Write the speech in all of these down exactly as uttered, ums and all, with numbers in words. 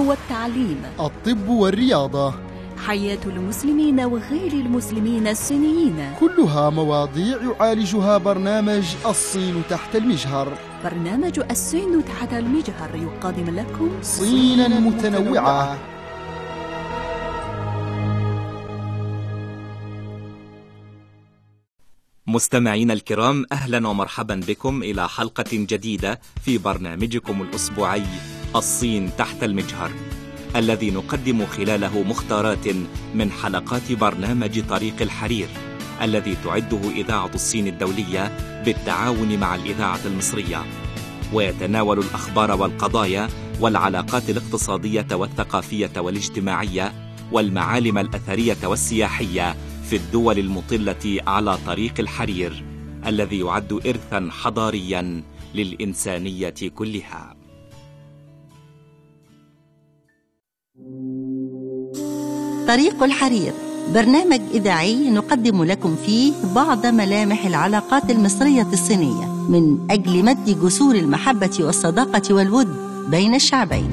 والتعليم، الطب والرياضة، حياة المسلمين وغير المسلمين الصينيين، كلها مواضيع يعالجها برنامج الصين تحت المجهر. برنامج الصين تحت المجهر يقدم لكم صينا متنوعة. مستمعين الكرام، أهلا ومرحبا بكم إلى حلقة جديدة في برنامجكم الأسبوعي الصين تحت المجهر، الذي نقدم خلاله مختارات من حلقات برنامج طريق الحرير الذي تعده إذاعة الصين الدولية بالتعاون مع الإذاعة المصرية، ويتناول الأخبار والقضايا والعلاقات الاقتصادية والثقافية والاجتماعية والمعالم الأثرية والسياحية في الدول المطلة على طريق الحرير الذي يعد إرثا حضاريا للإنسانية كلها. طريق الحرير برنامج إذاعي نقدم لكم فيه بعض ملامح العلاقات المصرية الصينية من أجل مد جسور المحبة والصداقة والود بين الشعبين.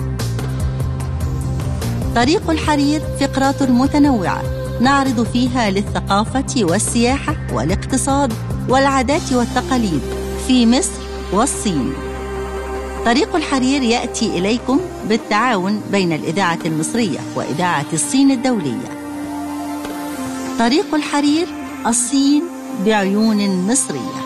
طريق الحرير فقرات متنوعة نعرض فيها للثقافة والسياحة والاقتصاد والعادات والتقاليد في مصر والصين. طريق الحرير يأتي إليكم بالتعاون بين الإذاعة المصرية وإذاعة الصين الدولية. طريق الحرير، الصين بعيون مصرية.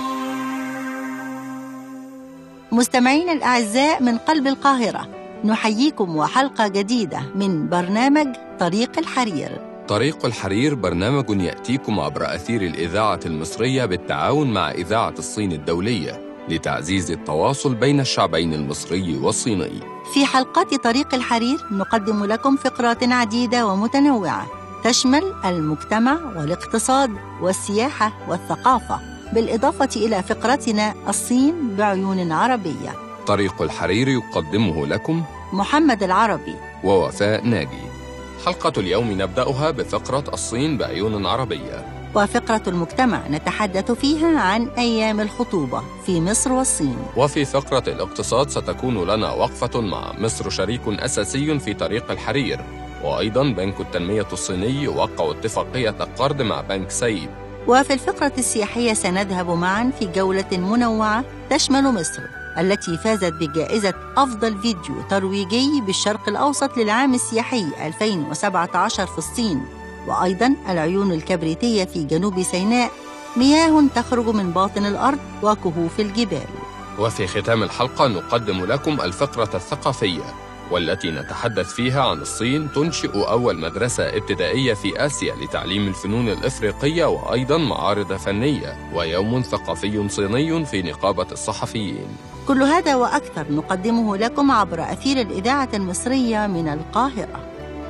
مستمعين الأعزاء من قلب القاهرة، نحييكم وحلقة جديدة من برنامج طريق الحرير. طريق الحرير برنامج يأتيكم عبر أثير الإذاعة المصرية بالتعاون مع إذاعة الصين الدولية لتعزيز التواصل بين الشعبين المصري والصيني. في حلقات طريق الحرير نقدم لكم فقرات عديدة ومتنوعة تشمل المجتمع والاقتصاد والسياحة والثقافة، بالإضافة إلى فقرتنا الصين بعيون عربية. طريق الحرير يقدمه لكم محمد العربي ووفاء ناجي. حلقة اليوم نبدأها بفقرة الصين بعيون عربية، وفقرة المجتمع نتحدث فيها عن أيام الخطوبة في مصر والصين. وفي فقرة الاقتصاد ستكون لنا وقفة مع مصر شريك أساسي في طريق الحرير، وأيضا بنك التنمية الصيني يوقع اتفاقية قرض مع بنك سيب. وفي الفقرة السياحية سنذهب معا في جولة منوعة تشمل مصر التي فازت بجائزة أفضل فيديو ترويجي بالشرق الأوسط للعام السياحي ألفين وسبعة عشر في الصين، وأيضاً العيون الكبريتية في جنوب سيناء، مياه تخرج من باطن الأرض وكهوف الجبال. وفي ختام الحلقة نقدم لكم الفقرة الثقافية، والتي نتحدث فيها عن الصين تنشئ أول مدرسة ابتدائية في آسيا لتعليم الفنون الإفريقية، وأيضاً معارض فنية ويوم ثقافي صيني في نقابة الصحفيين. كل هذا وأكثر نقدمه لكم عبر أثير الإذاعة المصرية من القاهرة.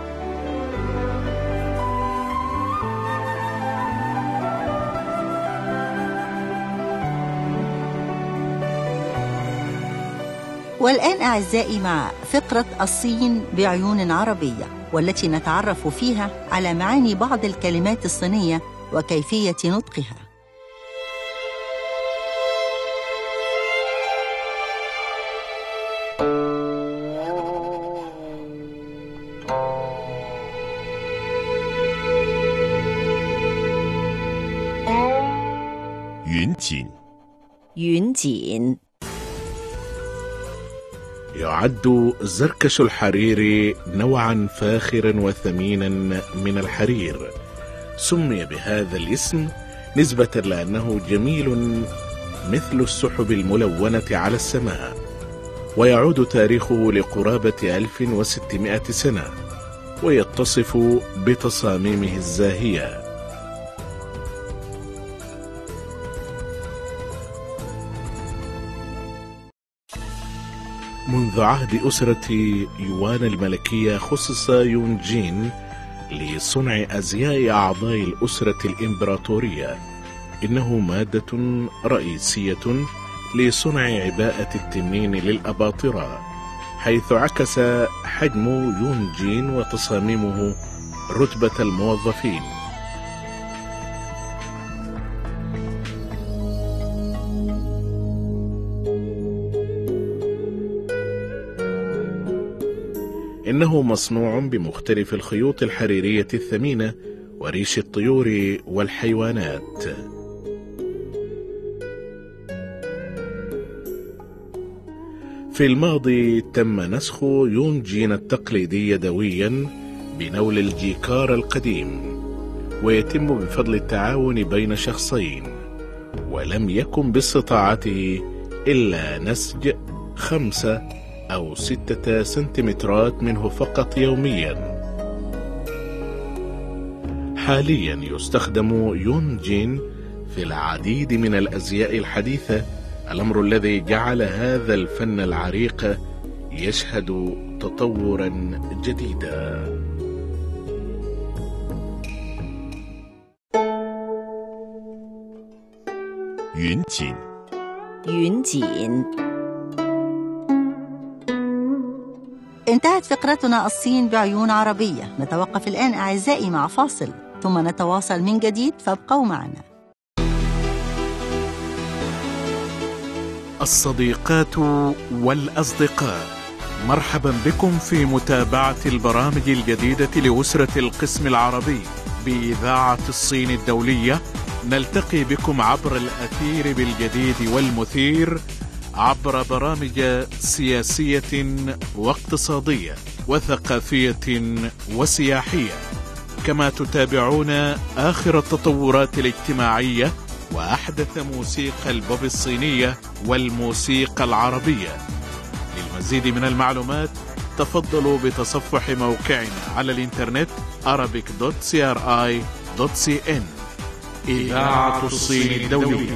والآن أعزائي مع فقرة الصين بعيون عربية، والتي نتعرف فيها على معاني بعض الكلمات الصينية وكيفية نطقها. يونجين. يونجين يعد زركش الحرير نوعا فاخرا وثمينا من الحرير، سمي بهذا الاسم نسبة لأنه جميل مثل السحب الملونة على السماء، ويعود تاريخه لقرابة ألف وستمائة سنة، ويتصف بتصاميمه الزاهية. منذ عهد أسرة يوان الملكية خصص يونجين لصنع أزياء أعضاء الأسرة الإمبراطورية. إنه مادة رئيسية لصنع عباءة التنين للأباطرة، حيث عكس حجم يونجين وتصاميمه رتبة الموظفين. إن لأنه مصنوع بمختلف الخيوط الحريرية الثمينة وريش الطيور والحيوانات. في الماضي تم نسخ يونجين التقليدي يدويا بنول الجيكار القديم، ويتم بفضل التعاون بين شخصين، ولم يكن باستطاعته إلا نسج خمسة أو ستة سنتيمترات منه فقط يوميا. حاليا يستخدم يونجين في العديد من الأزياء الحديثة، الأمر الذي جعل هذا الفن العريق يشهد تطورا جديدا. يونجين يونجين. انتهت فقرتنا الصين بعيون عربية. نتوقف الآن أعزائي مع فاصل ثم نتواصل من جديد، فابقوا معنا. الصديقات والأصدقاء، مرحبا بكم في متابعة البرامج الجديدة لأسرة القسم العربي بإذاعة الصين الدولية. نلتقي بكم عبر الأثير بالجديد والمثير، عبر برامج سياسية واقتصادية وثقافية وسياحية، كما تتابعون آخر التطورات الاجتماعية وأحدث موسيقى البوب الصينية والموسيقى العربية. للمزيد من المعلومات تفضلوا بتصفح موقعنا على الإنترنت arabic دوت سي ار آي دوت سي إن. إذاعة الصين الدولية.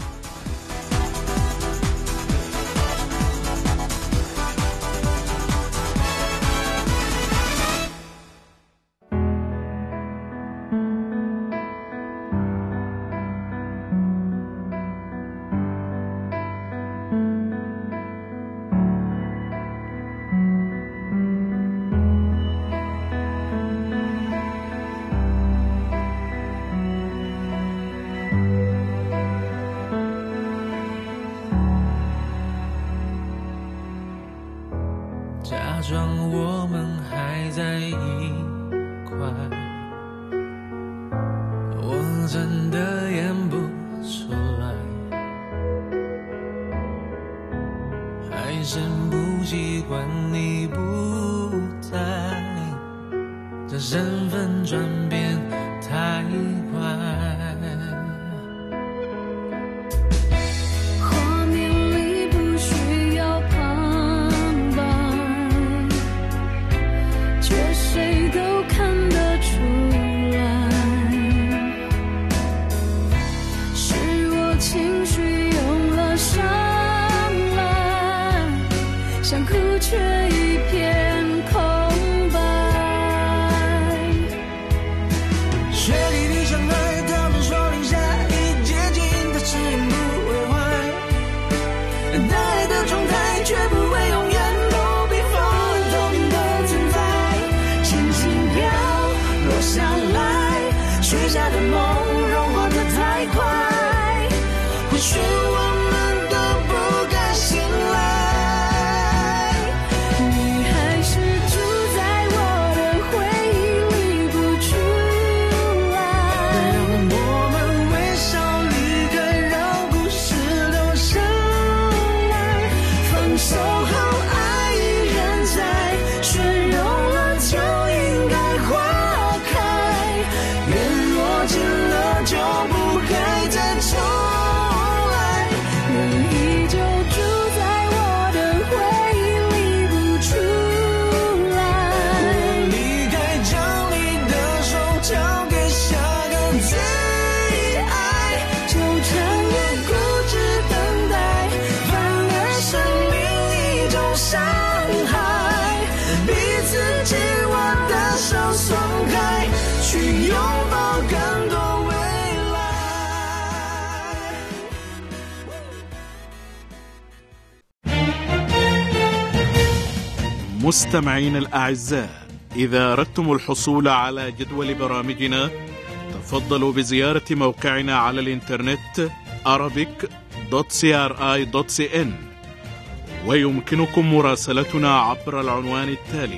مستمعين الأعزاء، إذا أردتم الحصول على جدول برامجنا تفضلوا بزيارة موقعنا على الإنترنت arabic دوت سي ار آي دوت سي إن، ويمكنكم مراسلتنا عبر العنوان التالي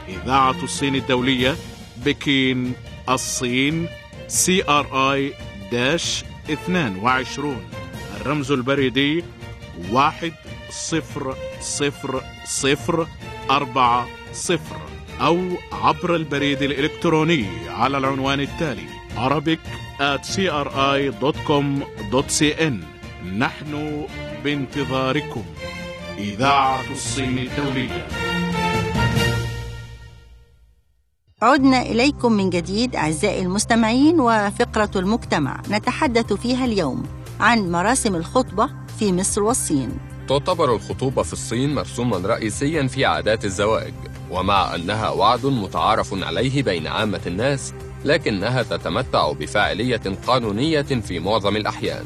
إذاعة الصين الدولية، بكين، الصين، سي آر آي اثنين وعشرين، الرمز البريدي واحد صفر صفر صفر أربعة صفر، أو عبر البريد الإلكتروني على العنوان التالي arabic at c r i dot com dot c n. نحن بانتظاركم. إذاعة الصين الدولية. عدنا إليكم من جديد أعزائي المستمعين، وفقرة المجتمع نتحدث فيها اليوم عن مراسم الخطبة في مصر والصين. تعتبر الخطوبة في الصين مرسوما رئيسيا في عادات الزواج، ومع أنها وعد متعارف عليه بين عامة الناس، لكنها تتمتع بفاعلية قانونية في معظم الأحيان.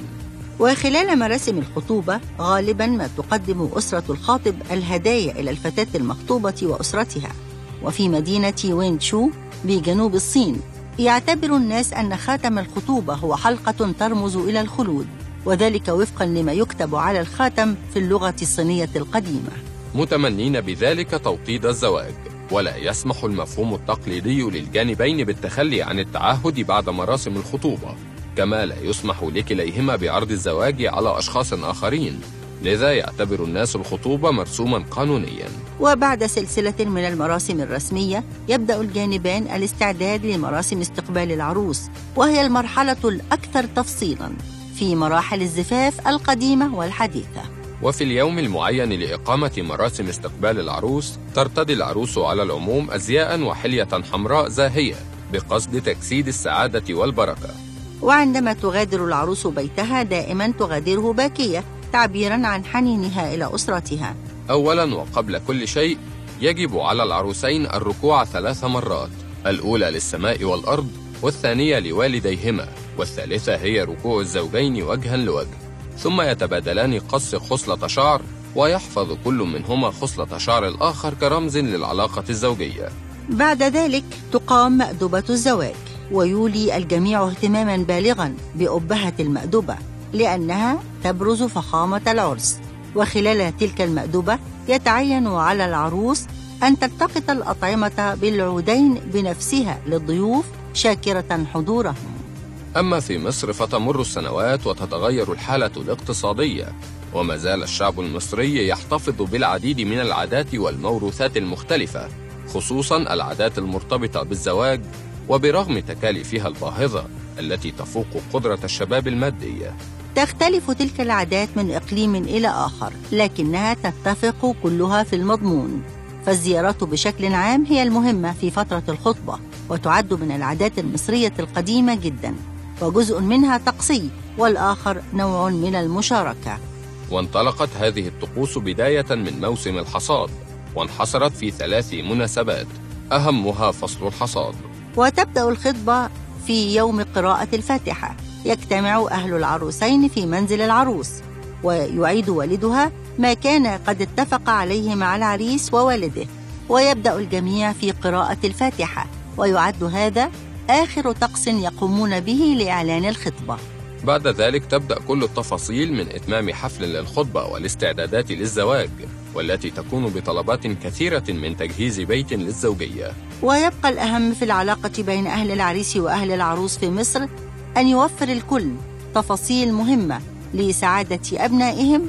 وخلال مراسم الخطوبة غالباً ما تقدم أسرة الخاطب الهدايا إلى الفتاة المخطوبة وأسرتها. وفي مدينة وينشو بجنوب الصين يعتبر الناس أن خاتم الخطوبة هو حلقة ترمز إلى الخلود، وذلك وفقاً لما يكتب على الخاتم في اللغة الصينية القديمة، متمنين بذلك توطيد الزواج. ولا يسمح المفهوم التقليدي للجانبين بالتخلي عن التعهد بعد مراسم الخطوبة، كما لا يسمح لكليهما بعرض الزواج على أشخاص آخرين، لذا يعتبر الناس الخطوبة مرسوما قانونيا. وبعد سلسلة من المراسم الرسمية يبدأ الجانبان الاستعداد لمراسم استقبال العروس، وهي المرحلة الأكثر تفصيلا في مراحل الزفاف القديمة والحديثة. وفي اليوم المعين لإقامة مراسم استقبال العروس ترتدي العروس على العموم أزياء وحلية حمراء زاهية بقصد تجسيد السعادة والبركة. وعندما تغادر العروس بيتها دائما تغادره باكية، تعبيرا عن حنينها إلى أسرتها. أولا وقبل كل شيء يجب على العروسين الركوع ثلاث مرات، الأولى للسماء والأرض، والثانية لوالديهما، والثالثة هي ركوع الزوجين وجها لوجه، ثم يتبادلان قص خصلة شعر، ويحفظ كل منهما خصلة شعر الآخر كرمز للعلاقة الزوجية. بعد ذلك تقام مأدبة الزواج، ويولي الجميع اهتماما بالغا بأبهة المأدبة لأنها تبرز فخامة العرس. وخلال تلك المأدبة يتعين على العروس أن تلتقط الأطعمة بالعودين بنفسها للضيوف شاكرة حضورهم. أما في مصر فتمر السنوات وتتغير الحالة الاقتصادية، وما زال الشعب المصري يحتفظ بالعديد من العادات والموروثات المختلفة، خصوصا العادات المرتبطة بالزواج، وبرغم تكاليفها الباهظة التي تفوق قدرة الشباب المادية. تختلف تلك العادات من إقليم إلى آخر، لكنها تتفق كلها في المضمون. فالزيارات بشكل عام هي المهمة في فترة الخطبة، وتعد من العادات المصرية القديمة جدا، وجزء منها طقسي والآخر نوع من المشاركة. وانطلقت هذه الطقوس بداية من موسم الحصاد، وانحصرت في ثلاث مناسبات أهمها فصل الحصاد. وتبدأ الخطبة في يوم قراءة الفاتحة، يجتمع أهل العروسين في منزل العروس، ويعيد والدها ما كان قد اتفق عليه مع العريس ووالده، ويبدأ الجميع في قراءة الفاتحة، ويعد هذا آخر طقس يقومون به لإعلان الخطبة. بعد ذلك تبدأ كل التفاصيل من إتمام حفل للخطبة والاستعدادات للزواج، والتي تكون بطلبات كثيرة من تجهيز بيت للزوجية. ويبقى الأهم في العلاقة بين أهل العريس وأهل العروس في مصر أن يوفر الكل تفاصيل مهمة لسعادة أبنائهم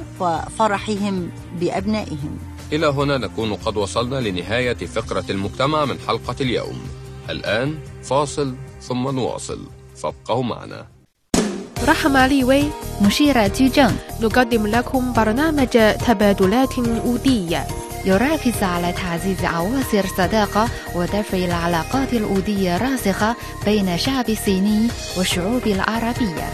وفرحهم بأبنائهم. إلى هنا نكون قد وصلنا لنهاية فقرة المجتمع من حلقة اليوم. الآن فاصل ثم نواصل، فابقوا معنا. رحمة ليوي مشيرة جيجان نقدم لكم برنامج تبادلات أودية يركز على تعزيز عواصر الصداقة ودفع العلاقات الأودية الراسخة بين الشعب الصيني والشعوب العربية.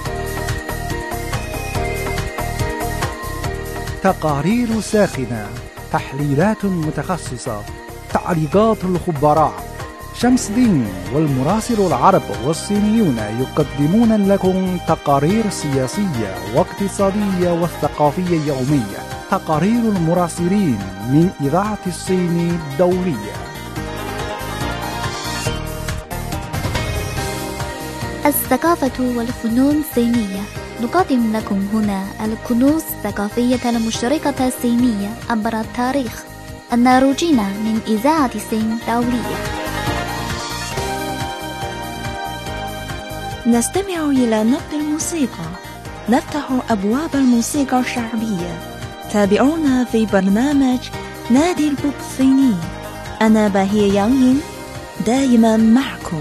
تقارير ساخنة، تحليلات متخصصة، تعليقات الخبراء. شمس الدين والمراسل العرب والصينيون يقدمون لكم تقارير سياسية واقتصادية وثقافية يومية. تقارير المراسلين من إذاعة الصين الدولية. الثقافة والفنون الصينية. نقدم لكم هنا الكنوز الثقافية المشتركة الصينية عبر التاريخ. الناروجينا من إذاعة الصين الدولية. نستمع إلى نبض الموسيقى، نفتح أبواب الموسيقى الشعبية. تابعونا في برنامج نادي البوب الصيني. أنا باهية يانغين، دائما معكم.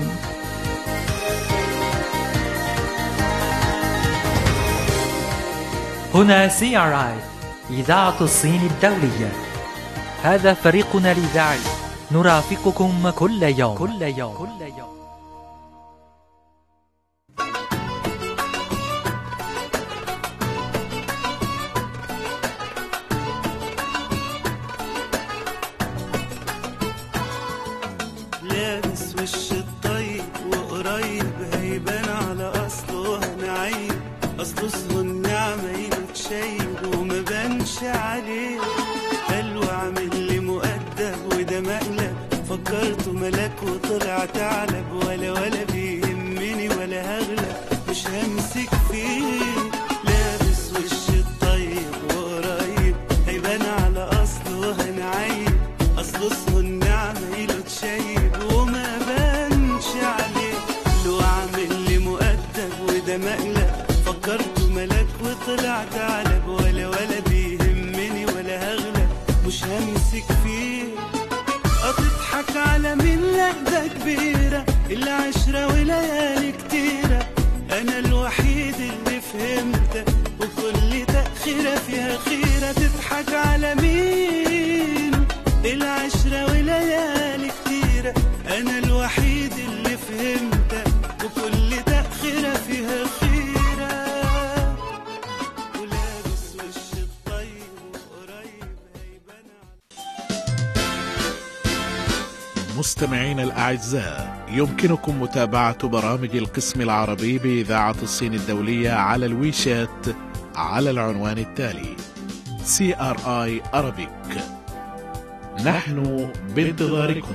هنا سي آر آي إذاعة الصين الدولية. هذا فريقنا الإذاعي، نرافقكم كل يوم كل يوم كل يوم. لابس وش الطيب وقريب هيبان على أصله نعيب، أصله اسمه النعمة يتشيب وما بانش عليه. قالوا عامل لي مؤدب وده مقلب، فكرته ملاك وطلع ثعلب. ولا ولا بيهمني ولا هغلب، مش همسك فيه. لابس وش الطيب وقريب هيبان على أصله نعيب، أصله اسمه النعمة يتشيب وما بانش عليه. لو عامل لي مؤدب وده مقلب، فكرته ملاك وطلع ثعلب. ولا ولا بيهمني ولا هغلب، مش همسك فيه. أتضحك على مين؟ لا ده كبيرة العشرة وليالي كتيرة. أنا الوحيد اللي فهمت وكل تأخيرة فيها خيرة. تضحك على مين؟ العشرة وليالي كتيرة. أنا الوحيد اللي فهمت وكل تأخيرة فيها خيرة. ولابس وش الطيب وقريب هيبان. مستمعين الأعزاء، يمكنكم متابعة برامج القسم العربي بإذاعة الصين الدولية على الويشات على العنوان التالي: سي آر آي Arabic. نحن بانتظاركم.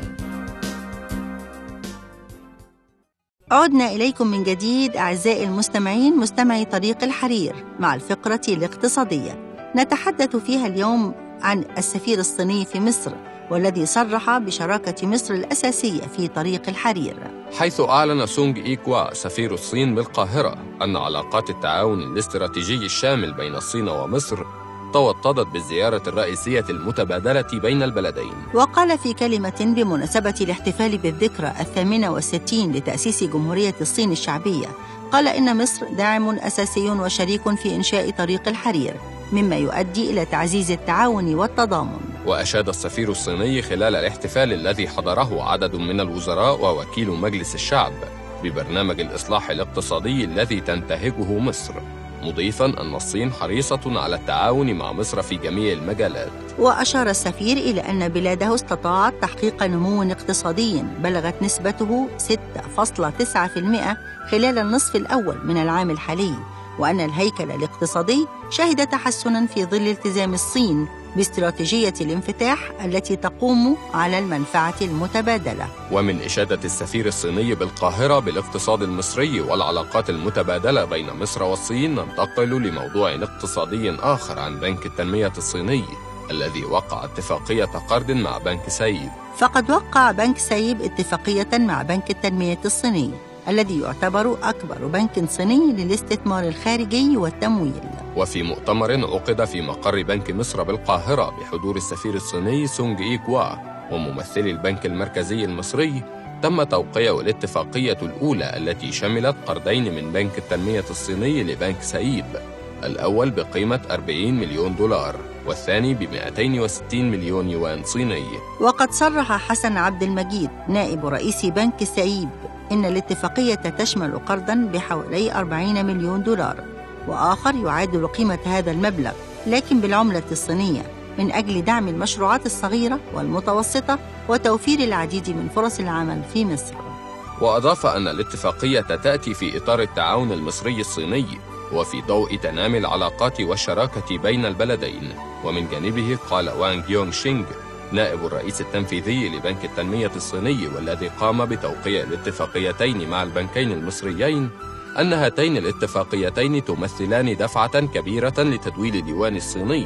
عدنا إليكم من جديد أعزائي المستمعين، مستمعي طريق الحرير، مع الفقرة الاقتصادية. نتحدث فيها اليوم عن السفير الصيني في مصر، والذي صرح بشراكة مصر الأساسية في طريق الحرير، حيث أعلن سونغ إيكوا سفير الصين بالقاهرة أن علاقات التعاون الاستراتيجي الشامل بين الصين ومصر توطدت بالزيارة الرئيسية المتبادلة بين البلدين. وقال في كلمة بمناسبة الاحتفال بالذكرى الثامنة والستين لتأسيس جمهورية الصين الشعبية، قال إن مصر داعم أساسي وشريك في إنشاء طريق الحرير، مما يؤدي إلى تعزيز التعاون والتضامن. وأشاد السفير الصيني خلال الاحتفال الذي حضره عدد من الوزراء ووكيل مجلس الشعب ببرنامج الإصلاح الاقتصادي الذي تنتهجه مصر، مضيفاً أن الصين حريصة على التعاون مع مصر في جميع المجالات. وأشار السفير إلى أن بلاده استطاعت تحقيق نمو اقتصادي بلغت نسبته ستة فاصلة تسعة بالمئة خلال النصف الأول من العام الحالي، وأن الهيكل الاقتصادي شهد تحسناً في ظل التزام الصين باستراتيجية الانفتاح التي تقوم على المنفعة المتبادلة. ومن إشادة السفير الصيني بالقاهرة بالاقتصاد المصري والعلاقات المتبادلة بين مصر والصين، ننتقل لموضوع اقتصادي آخر عن بنك التنمية الصيني الذي وقع اتفاقية قرض مع بنك سيب. فقد وقع بنك سيب اتفاقية مع بنك التنمية الصيني الذي يعتبر أكبر بنك صيني للاستثمار الخارجي والتمويل. وفي مؤتمر عقد في مقر بنك مصر بالقاهرة بحضور السفير الصيني سونغ إيكوا وممثلي البنك المركزي المصري، تم توقيع الاتفاقية الأولى التي شملت قرضين من بنك التنمية الصيني لبنك سيب، الأول بقيمة أربعين مليون دولار والثاني ب مئتين وستين مليون يوان صيني. وقد صرح حسن عبد المجيد نائب رئيس بنك سيب إن الاتفاقية تشمل قرضاً بحوالي أربعين مليون دولار، وآخر يعادل قيمة هذا المبلغ لكن بالعملة الصينية، من أجل دعم المشروعات الصغيرة والمتوسطة وتوفير العديد من فرص العمل في مصر. وأضاف أن الاتفاقية تأتي في إطار التعاون المصري الصيني وفي ضوء تنامي العلاقات والشراكة بين البلدين. ومن جانبه قال وانغ يونغ شينغ نائب الرئيس التنفيذي لبنك التنمية الصيني والذي قام بتوقيع الاتفاقيتين مع البنكين المصريين أن هاتين الاتفاقيتين تمثلان دفعة كبيرة لتدويل اليوان الصيني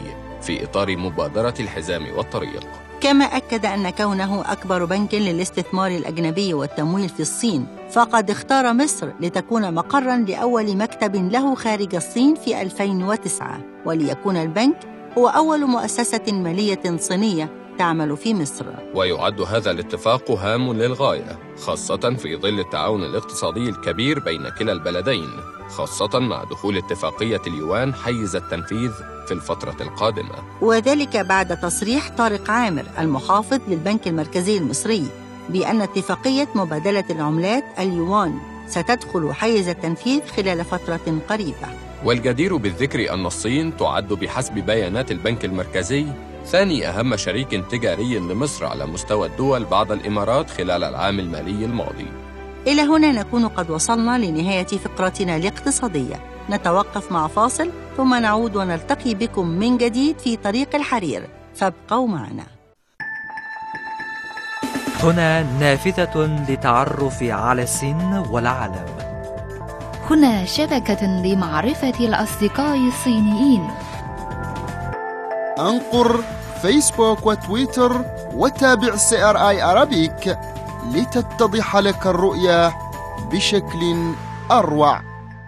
في إطار مبادرة الحزام والطريق. كما أكد أن كونه أكبر بنك للاستثمار الأجنبي والتمويل في الصين فقد اختار مصر لتكون مقراً لأول مكتب له خارج الصين في ألفين وتسعة، وليكون البنك هو أول مؤسسة مالية صينية تعمل في مصر. ويعد هذا الاتفاق هام للغاية، خاصة في ظل التعاون الاقتصادي الكبير بين كلا البلدين، خاصة مع دخول اتفاقية اليوان حيز التنفيذ في الفترة القادمة. وذلك بعد تصريح طارق عامر المحافظ للبنك المركزي المصري بأن اتفاقية مبادلة العملات اليوان ستدخل حيز التنفيذ خلال فترة قريبة. والجدير بالذكر أن الصين تعد بحسب بيانات البنك المركزي ثاني أهم شريك تجاري لمصر على مستوى الدول بعد الإمارات خلال العام المالي الماضي. إلى هنا نكون قد وصلنا لنهاية فقرتنا الاقتصادية. نتوقف مع فاصل ثم نعود ونلتقي بكم من جديد في طريق الحرير، فابقوا معنا. هنا نافذة للتعرف على الصين والعالم. هنا شبكة لمعرفة الأصدقاء الصينيين. أنقر فيسبوك وتويتر وتابع سي آر آي أرابيك لتتضح لك الرؤية بشكل أروع.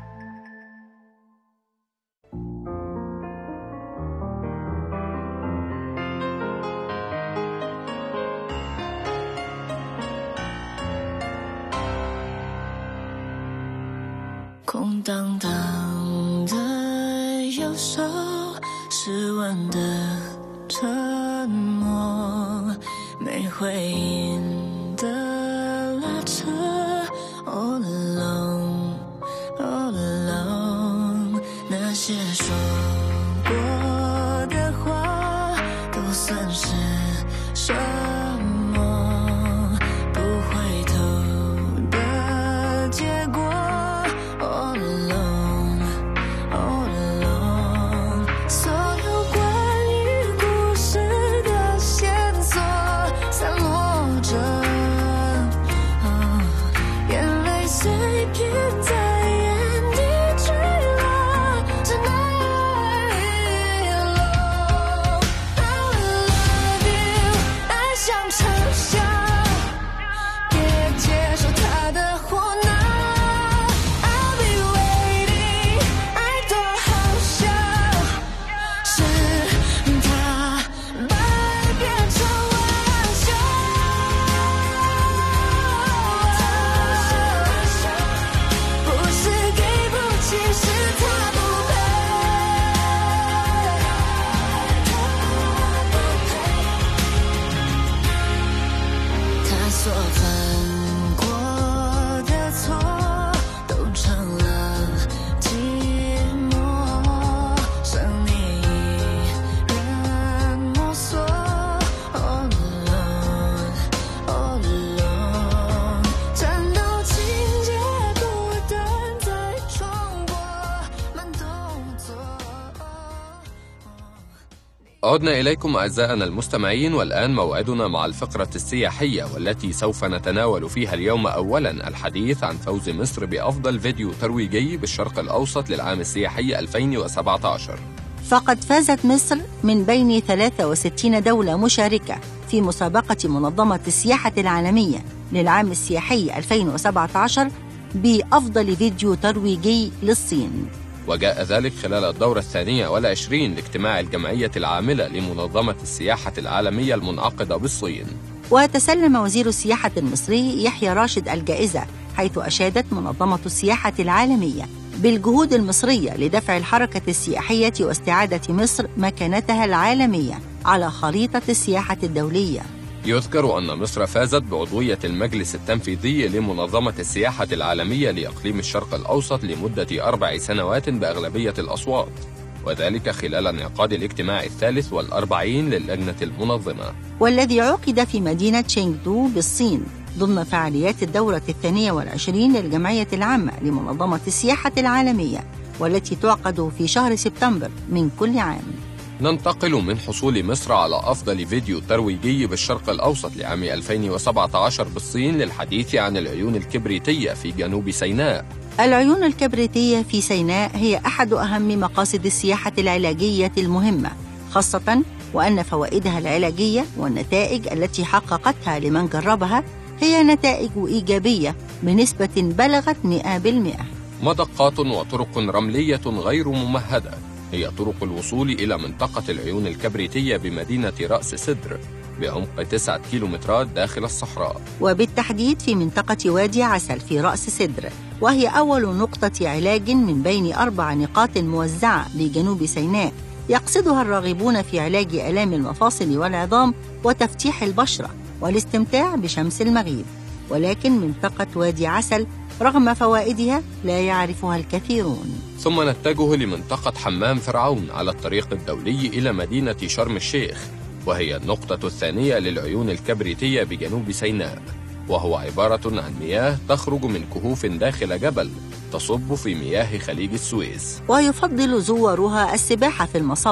空荡荡的右手，失温的沉默，没回应的拉扯。All alone, all alone， 那些说过的话，都算是什么？不回头的结果。 عدنا إليكم أعزائنا المستمعين، والآن موعدنا مع الفقرة السياحية، والتي سوف نتناول فيها اليوم أولا الحديث عن فوز مصر بأفضل فيديو ترويجي بالشرق الأوسط للعام السياحي ألفين وسبعة عشر. فقد فازت مصر من بين ثلاث وستين دولة مشاركة في مسابقة منظمة السياحة العالمية للعام السياحي ألفين وسبعة عشر بأفضل فيديو ترويجي للصين. وجاء ذلك خلال الدورة الثانية والعشرين لاجتماع الجمعية العاملة لمنظمة السياحة العالمية المنعقدة بالصين. وتسلم وزير السياحة المصري يحيى راشد الجائزة، حيث أشادت منظمة السياحة العالمية بالجهود المصرية لدفع الحركة السياحية واستعادة مصر مكانتها العالمية على خريطة السياحة الدولية. يذكر أن مصر فازت بعضوية المجلس التنفيذي لمنظمة السياحة العالمية لإقليم الشرق الأوسط لمدة أربع سنوات بأغلبية الأصوات، وذلك خلال انعقاد الاجتماع الثالث والأربعين للجنة المنظمة، والذي عقد في مدينة شينغدو بالصين ضمن فعاليات الدورة الثانية والعشرين للجمعية العامة لمنظمة السياحة العالمية، والتي تعقد في شهر سبتمبر من كل عام. ننتقل من حصول مصر على أفضل فيديو ترويجي بالشرق الأوسط لعام ألفين وسبعة عشر بالصين للحديث عن العيون الكبريتية في جنوب سيناء. العيون الكبريتية في سيناء هي أحد أهم مقاصد السياحة العلاجية المهمة، خاصة وأن فوائدها العلاجية والنتائج التي حققتها لمن جربها هي نتائج إيجابية بنسبة بلغت مئة بالمئة. مدقات وطرق رملية غير ممهدة هي طرق الوصول إلى منطقة العيون الكبريتية بمدينة رأس سدر بعمق تسعة كيلومترات داخل الصحراء، وبالتحديد في منطقة وادي عسل في رأس سدر، وهي أول نقطة علاج من بين أربع نقاط موزعة بجنوب سيناء يقصدها الراغبون في علاج آلام المفاصل والعظام وتفتيح البشرة والاستمتاع بشمس المغيب. ولكن منطقة وادي عسل رغم فوائدها لا يعرفها الكثيرون. ثم نتجه لمنطقة حمام فرعون على الطريق الدولي إلى مدينة شرم الشيخ، وهي النقطة الثانية للعيون الكبريتية بجنوب سيناء، وهو عبارة عن مياه تخرج من كهوف داخل جبل تصب في مياه خليج السويس. ويفضل زوارها السباحة في المصب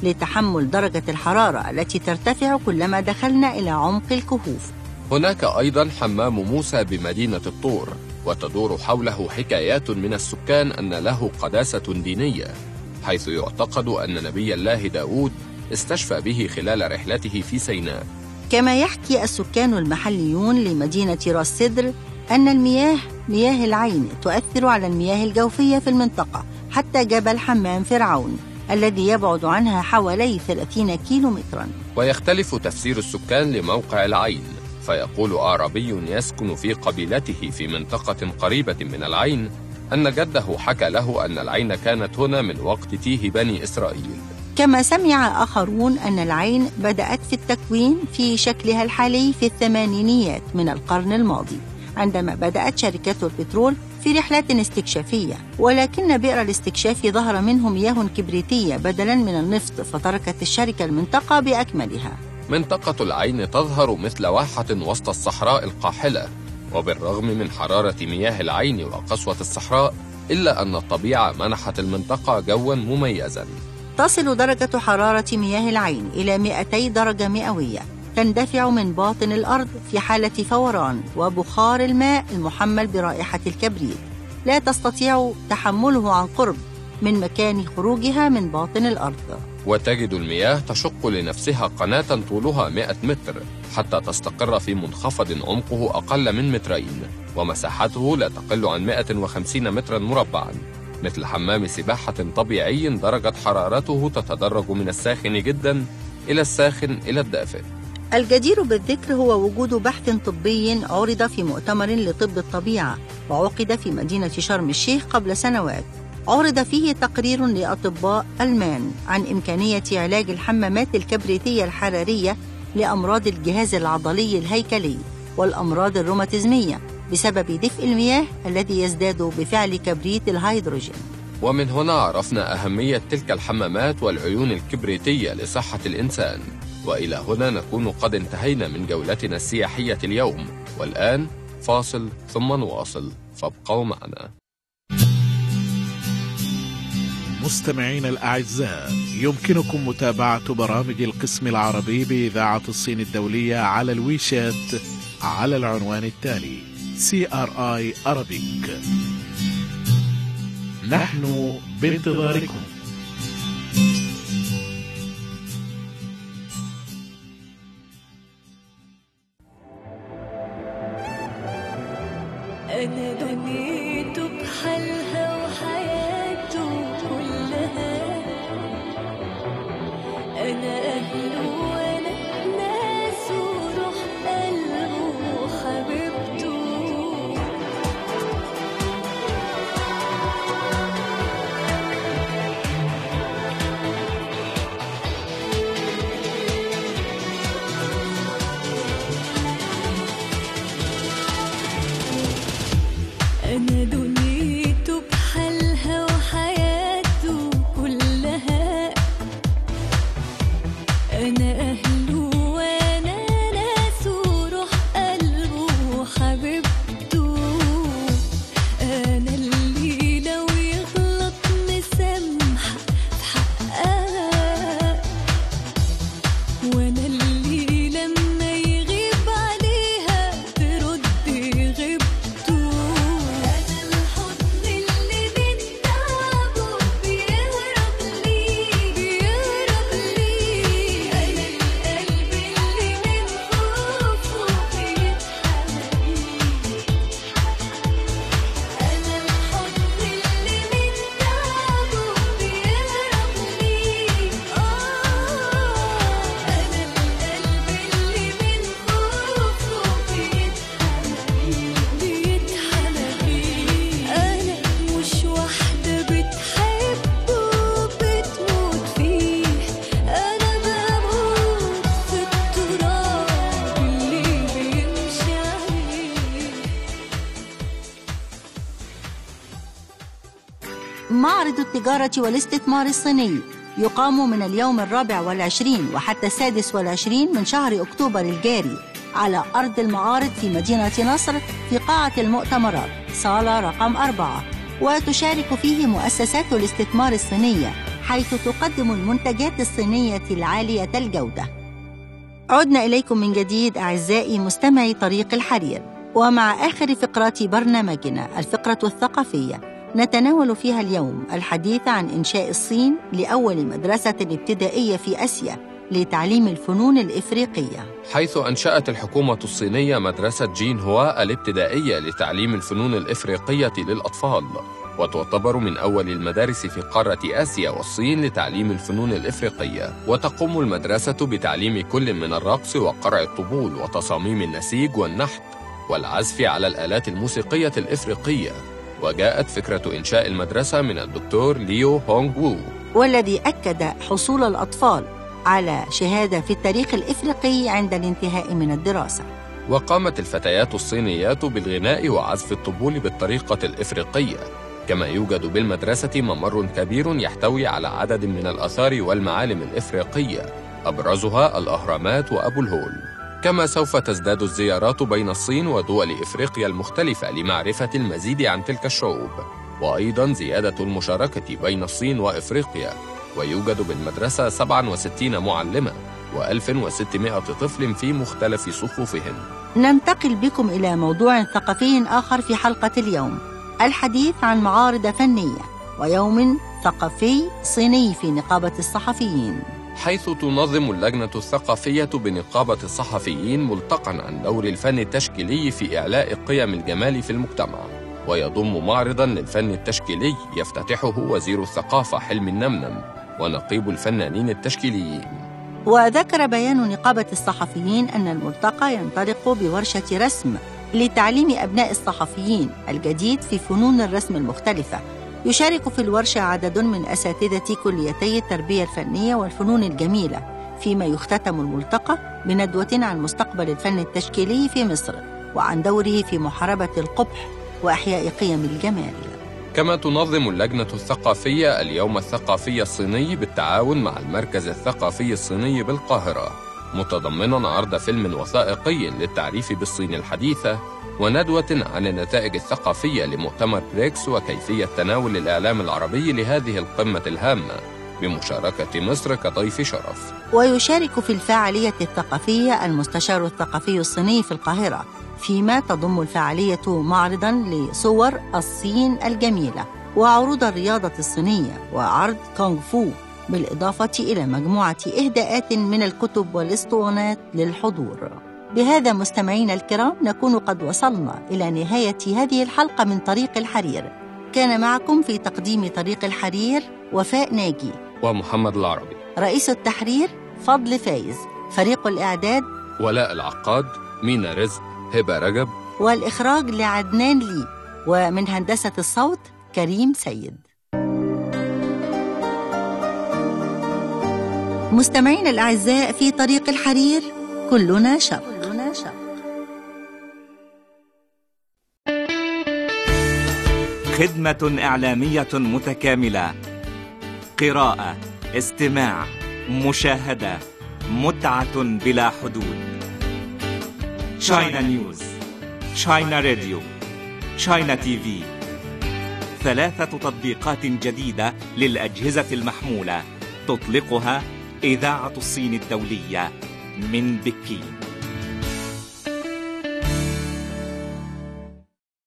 لتحمل درجة الحرارة التي ترتفع كلما دخلنا إلى عمق الكهوف. هناك أيضا حمام موسى بمدينة الطور، وتدور حوله حكايات من السكان أن له قداسة دينية، حيث يعتقد أن نبي الله داود استشفى به خلال رحلته في سيناء. كما يحكي السكان المحليون لمدينة راس سدر أن المياه مياه العين تؤثر على المياه الجوفية في المنطقة حتى جبل حمام فرعون الذي يبعد عنها حوالي ثلاثين كيلو مترا. ويختلف تفسير السكان لموقع العين، فيقول أعرابي يسكن في قبيلته في منطقة قريبة من العين أن جده حكى له أن العين كانت هنا من وقت تيه بني إسرائيل. كما سمع آخرون أن العين بدأت في التكوين في شكلها الحالي في الثمانينيات من القرن الماضي، عندما بدأت شركات البترول في رحلات استكشافية، ولكن بئر الاستكشاف ظهر منه مياه كبريتية بدلاً من النفط، فتركت الشركة المنطقة بأكملها. منطقة العين تظهر مثل واحة وسط الصحراء القاحلة، وبالرغم من حرارة مياه العين وقسوة الصحراء إلا أن الطبيعة منحت المنطقة جواً مميزاً. تصل درجة حرارة مياه العين إلى مئتي درجة مئوية، تندفع من باطن الأرض في حالة فوران، وبخار الماء المحمل برائحة الكبريت لا تستطيع تحمله عن قرب من مكان خروجها من باطن الأرض. وتجد المياه تشق لنفسها قناة طولها مئة متر حتى تستقر في منخفض عمقه أقل من مترين، ومساحته لا تقل عن مئة وخمسين مترا مربعا، مثل حمام سباحة طبيعي درجة حرارته تتدرج من الساخن جدا إلى الساخن إلى الدافئ. الجدير بالذكر هو وجود بحث طبي عرض في مؤتمر لطب الطبيعة وعقد في مدينة شرم الشيخ قبل سنوات، عرض فيه تقرير لأطباء ألمان عن إمكانية علاج الحمامات الكبريتية الحرارية لأمراض الجهاز العضلي الهيكلي والأمراض الروماتيزمية بسبب دفء المياه الذي يزداد بفعل كبريت الهيدروجين. ومن هنا عرفنا أهمية تلك الحمامات والعيون الكبريتية لصحة الإنسان. وإلى هنا نكون قد انتهينا من جولتنا السياحية اليوم، والآن فاصل ثم نواصل، فابقوا معنا. مستمعينا الأعزاء، يمكنكم متابعة برامج القسم العربي بإذاعة الصين الدولية على الويشات على العنوان التالي سي آر آي Arabic. نحن بانتظاركم. أنا دنيته بحالها وحياته كلها، أنا أهله وأنا ناسه وروح قلبه وحبيبته. أنا دنيته بحالها معرض التجارة والاستثمار الصيني يقام من اليوم الرابع والعشرين وحتى السادس والعشرين من شهر أكتوبر الجاري على أرض المعارض في مدينة نصر في قاعة المؤتمرات صالة رقم أربعة، وتشارك فيه مؤسسات الاستثمار الصينية حيث تقدم المنتجات الصينية العالية الجودة. عدنا إليكم من جديد أعزائي مستمعي طريق الحرير، ومع آخر فقرات برنامجنا الفقرة الثقافية نتناول فيها اليوم الحديث عن إنشاء الصين لأول مدرسة ابتدائية في آسيا لتعليم الفنون الإفريقية، حيث أنشأت الحكومة الصينية مدرسة جين هوا الابتدائية لتعليم الفنون الإفريقية للأطفال، وتعتبر من أول المدارس في قارة آسيا والصين لتعليم الفنون الإفريقية. وتقوم المدرسة بتعليم كل من الرقص وقرع الطبول وتصاميم النسيج والنحت والعزف على الآلات الموسيقية الإفريقية. وجاءت فكرة إنشاء المدرسة من الدكتور ليو هونغ وو، والذي أكد حصول الأطفال على شهادة في التاريخ الإفريقي عند الانتهاء من الدراسة. وقامت الفتيات الصينيات بالغناء وعزف الطبول بالطريقة الإفريقية، كما يوجد بالمدرسة ممر كبير يحتوي على عدد من الآثار والمعالم الإفريقية، أبرزها الأهرامات وأبو الهول. كما سوف تزداد الزيارات بين الصين ودول إفريقيا المختلفة لمعرفة المزيد عن تلك الشعوب، وأيضا زيادة المشاركة بين الصين وإفريقيا. ويوجد بالمدرسة سبعة وستين معلمة وألف وستمائة طفل في مختلف صفوفهم. ننتقل بكم إلى موضوع ثقافي آخر في حلقة اليوم، الحديث عن معارض فنية ويوم ثقافي صيني في نقابة الصحفيين، حيث تنظم اللجنة الثقافية بنقابة الصحفيين ملتقى عن دور الفن التشكيلي في إعلاء قيم الجمال في المجتمع، ويضم معرضاً للفن التشكيلي يفتتحه وزير الثقافة حلمي النمنم ونقيب الفنانين التشكيليين. وذكر بيان نقابة الصحفيين أن الملتقى ينطلق بورشة رسم لتعليم أبناء الصحفيين الجديد في فنون الرسم المختلفة. يشارك في الورشة عدد من أساتذة كليتي التربية الفنية والفنون الجميلة، فيما يختتم الملتقى بندوة عن مستقبل الفن التشكيلي في مصر وعن دوره في محاربة القبح وإحياء قيم الجمال. كما تنظم اللجنة الثقافية اليوم الثقافي الصيني بالتعاون مع المركز الثقافي الصيني بالقاهرة، متضمنا عرض فيلم وثائقي للتعريف بالصين الحديثة، وندوة عن النتائج الثقافية لمؤتمر بريكس وكيفية تناول الإعلام العربي لهذه القمة الهامة بمشاركة مصر كضيف شرف. ويشارك في الفعالية الثقافية المستشار الثقافي الصيني في القاهرة، فيما تضم الفعالية معرضاً لصور الصين الجميلة وعروض الرياضة الصينية وعرض كونغ فو، بالإضافة إلى مجموعة إهداءات من الكتب والإسطوانات للحضور. بهذا مستمعينا الكرام نكون قد وصلنا إلى نهاية هذه الحلقة من طريق الحرير. كان معكم في تقديم طريق الحرير وفاء ناجي ومحمد العربي، رئيس التحرير فضل فايز، فريق الإعداد ولاء العقاد، مينا رزق، هبة رجب، والإخراج لعدنان لي، ومن هندسة الصوت كريم سيد. مستمعين الأعزاء في طريق الحرير، كلنا شرق. كلنا شرق. خدمة إعلامية متكاملة: قراءة، استماع، مشاهدة، متعة بلا حدود. شاينا نيوز، شاينا راديو، شاينا تي في، ثلاثة تطبيقات جديدة للأجهزة المحمولة تطلقها إذاعة الصين الدولية من بكين.